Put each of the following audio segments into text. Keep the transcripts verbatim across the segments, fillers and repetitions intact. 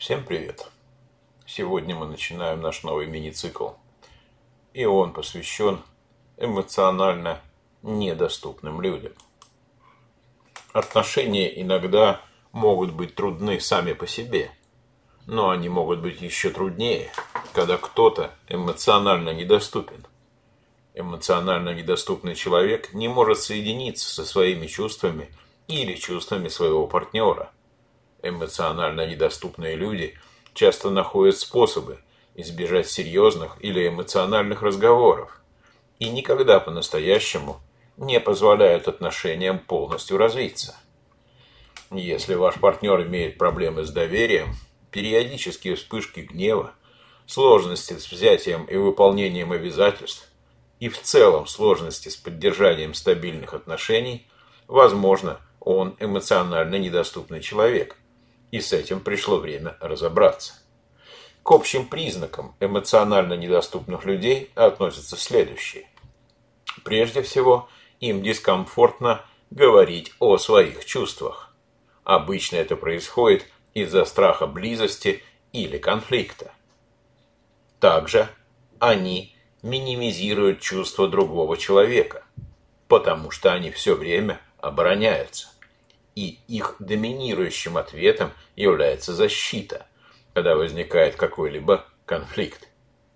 Всем привет! Сегодня мы начинаем наш новый мини-цикл, и он посвящен эмоционально недоступным людям. Отношения иногда могут быть трудны сами по себе, но они могут быть еще труднее, когда кто-то эмоционально недоступен. Эмоционально недоступный человек не может соединиться со своими чувствами или чувствами своего партнера. Эмоционально недоступные люди часто находят способы избежать серьезных или эмоциональных разговоров и никогда по-настоящему не позволяют отношениям полностью развиться. Если ваш партнер имеет проблемы с доверием, периодические вспышки гнева, сложности с взятием и выполнением обязательств и в целом сложности с поддержанием стабильных отношений, возможно, он эмоционально недоступный человек, и с этим пришло время разобраться. К общим признакам эмоционально недоступных людей относятся следующие. Прежде всего, им дискомфортно говорить о своих чувствах. Обычно это происходит из-за страха близости или конфликта. Также они минимизируют чувства другого человека, потому что они все время обороняются. И их доминирующим ответом является защита, когда возникает какой-либо конфликт.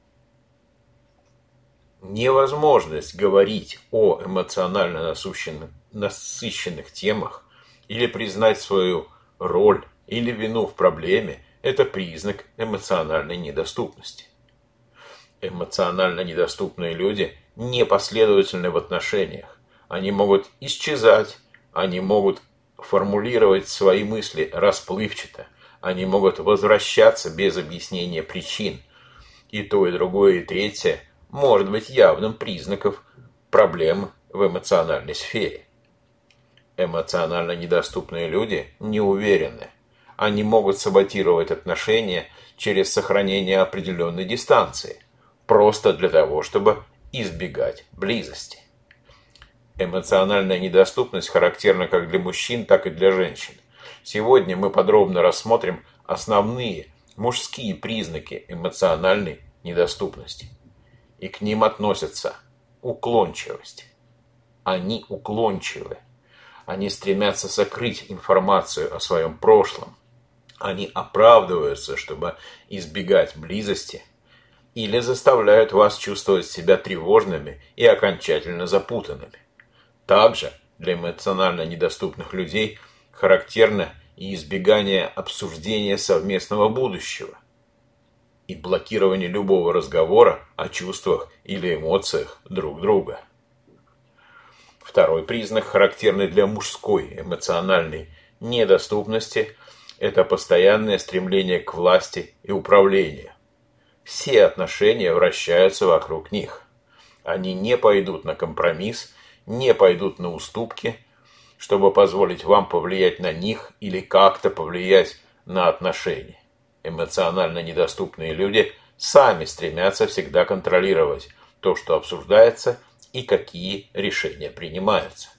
Невозможность говорить о эмоционально насыщенных, насыщенных темах или признать свою роль или вину в проблеме – это признак эмоциональной недоступности. Эмоционально недоступные люди непоследовательны в отношениях. Они могут исчезать, они могут формулировать свои мысли расплывчато, они могут возвращаться без объяснения причин. И то, и другое, и третье может быть явным признаком проблем в эмоциональной сфере. Эмоционально недоступные люди не уверены. Они могут саботировать отношения через сохранение определенной дистанции, просто для того, чтобы избегать близости. Эмоциональная недоступность характерна как для мужчин, так и для женщин. Сегодня мы подробно рассмотрим основные мужские признаки эмоциональной недоступности. И к ним относятся уклончивость. Они уклончивы. Они стремятся сокрыть информацию о своем прошлом. Они оправдываются, чтобы избегать близости, или заставляют вас чувствовать себя тревожными и окончательно запутанными. Также для эмоционально недоступных людей характерно и избегание обсуждения совместного будущего и блокирование любого разговора о чувствах или эмоциях друг друга. Второй признак, характерный для мужской эмоциональной недоступности, это постоянное стремление к власти и управлению. Все отношения вращаются вокруг них. Они не пойдут на компромисс, не пойдут на уступки, чтобы позволить вам повлиять на них или как-то повлиять на отношения. Эмоционально недоступные люди сами стремятся всегда контролировать то, что обсуждается и какие решения принимаются.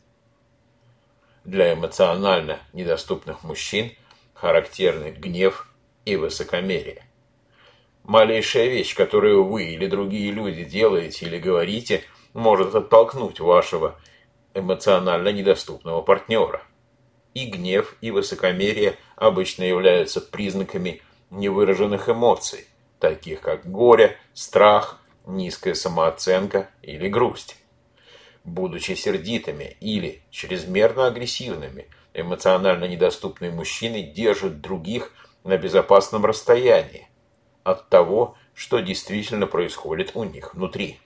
Для эмоционально недоступных мужчин характерны гнев и высокомерие. Малейшая вещь, которую вы или другие люди делаете или говорите, может оттолкнуть вашего эмоционально недоступного партнера. И гнев, и высокомерие обычно являются признаками невыраженных эмоций, таких как горе, страх, низкая самооценка или грусть. Будучи сердитыми или чрезмерно агрессивными, эмоционально недоступные мужчины держат других на безопасном расстоянии от того, что действительно происходит у них внутри.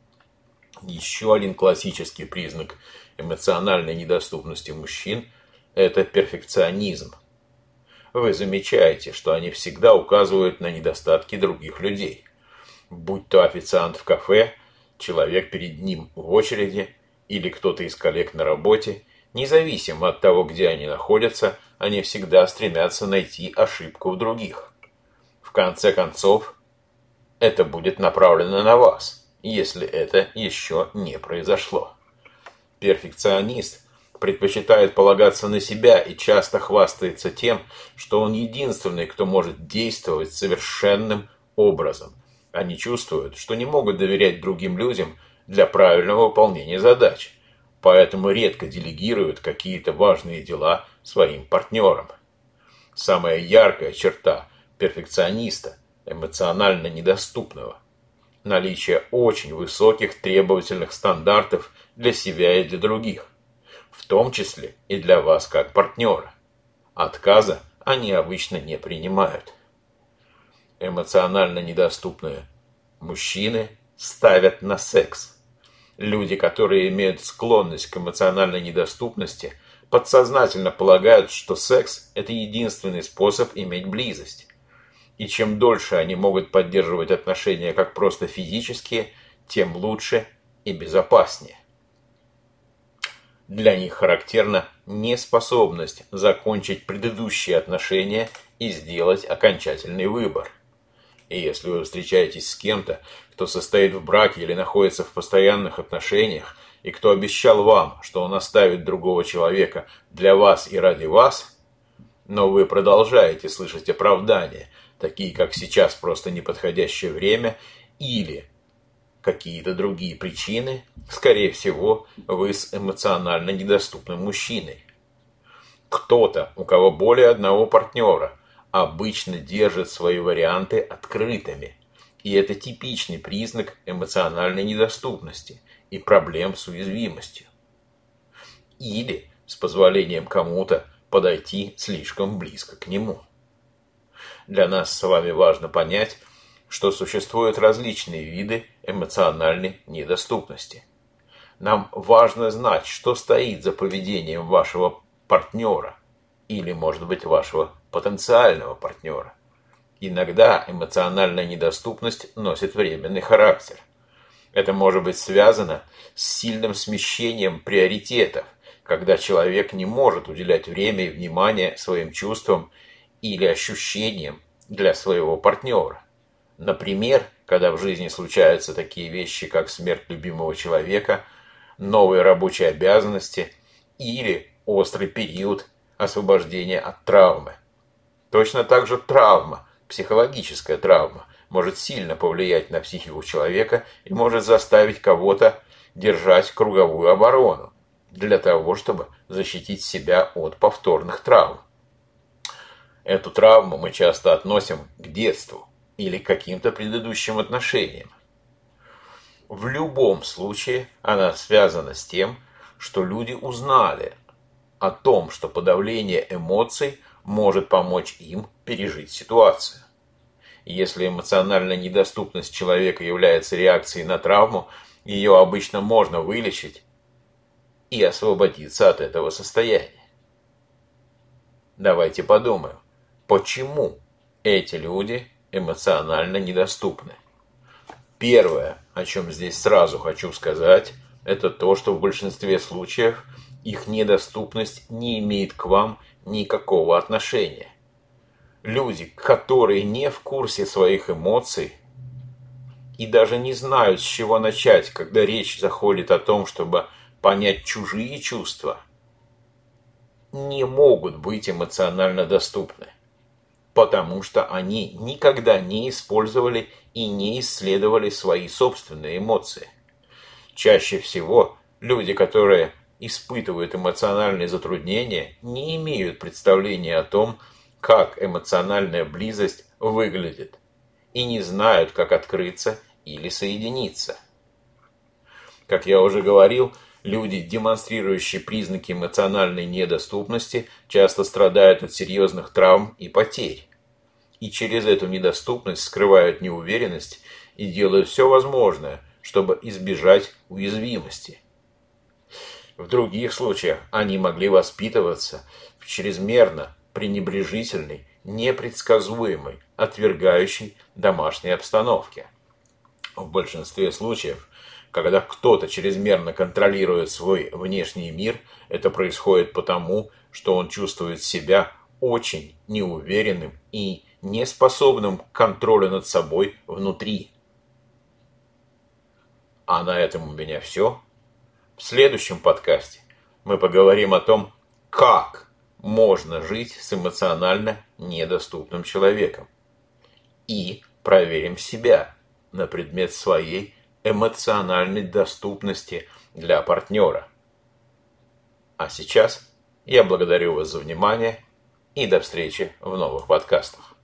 Еще один классический признак эмоциональной недоступности мужчин – это перфекционизм. Вы замечаете, что они всегда указывают на недостатки других людей. Будь то официант в кафе, человек перед ним в очереди или кто-то из коллег на работе, независимо от того, где они находятся, они всегда стремятся найти ошибку в других. В конце концов, это будет направлено на вас, если это еще не произошло. Перфекционист предпочитает полагаться на себя и часто хвастается тем, что он единственный, кто может действовать совершенным образом. Они чувствуют, что не могут доверять другим людям для правильного выполнения задач, поэтому редко делегируют какие-то важные дела своим партнерам. Самая яркая черта перфекциониста, эмоционально недоступного – наличие очень высоких требовательных стандартов для себя и для других, в том числе и для вас как партнера. Отказа они обычно не принимают. Эмоционально недоступные мужчины ставят на секс. Люди, которые имеют склонность к эмоциональной недоступности, подсознательно полагают, что секс – это единственный способ иметь близость. И чем дольше они могут поддерживать отношения как просто физические, тем лучше и безопаснее. Для них характерна неспособность закончить предыдущие отношения и сделать окончательный выбор. И если вы встречаетесь с кем-то, кто состоит в браке или находится в постоянных отношениях, и кто обещал вам, что он оставит другого человека для вас и ради вас, но вы продолжаете слышать оправдания, такие как сейчас просто неподходящее время или какие-то другие причины, скорее всего, вы с эмоционально недоступным мужчиной. Кто-то, у кого более одного партнера, обычно держит свои варианты открытыми. И это типичный признак эмоциональной недоступности и проблем с уязвимостью. Или, с позволением кому-то, подойти слишком близко к нему. Для нас с вами важно понять, что существуют различные виды эмоциональной недоступности. Нам важно знать, что стоит за поведением вашего партнера или, может быть, вашего потенциального партнера. Иногда эмоциональная недоступность носит временный характер. Это может быть связано с сильным смещением приоритетов, когда человек не может уделять время и внимание своим чувствам или ощущениям для своего партнера. Например, когда в жизни случаются такие вещи, как смерть любимого человека, новые рабочие обязанности или острый период освобождения от травмы. Точно так же травма, психологическая травма, может сильно повлиять на психику человека и может заставить кого-то держать круговую оборону для того, чтобы защитить себя от повторных травм. Эту травму мы часто относим к детству или к каким-то предыдущим отношениям. В любом случае она связана с тем, что люди узнали о том, что подавление эмоций может помочь им пережить ситуацию. Если эмоциональная недоступность человека является реакцией на травму, ее обычно можно вылечить и освободиться от этого состояния. Давайте подумаем, почему эти люди эмоционально недоступны. Первое, о чем здесь сразу хочу сказать, это то, что в большинстве случаев их недоступность не имеет к вам никакого отношения. Люди, которые не в курсе своих эмоций и даже не знают, с чего начать, когда речь заходит о том, чтобы понять чужие чувства, не могут быть эмоционально доступны, потому что они никогда не использовали и не исследовали свои собственные эмоции. Чаще всего люди, которые испытывают эмоциональные затруднения, не имеют представления о том, как эмоциональная близость выглядит, и не знают, как открыться или соединиться. Как я уже говорил, люди, демонстрирующие признаки эмоциональной недоступности, часто страдают от серьезных травм и потерь. И через эту недоступность скрывают неуверенность и делают все возможное, чтобы избежать уязвимости. В других случаях они могли воспитываться в чрезмерно пренебрежительной, непредсказуемой, отвергающей домашней обстановке. В большинстве случаев, когда кто-то чрезмерно контролирует свой внешний мир, это происходит потому, что он чувствует себя очень неуверенным и неспособным к контролю над собой внутри. А на этом у меня все. В следующем подкасте мы поговорим о том, как можно жить с эмоционально недоступным человеком. И проверим себя на предмет своей эмоциональной доступности для партнера. А сейчас я благодарю вас за внимание и до встречи в новых подкастах.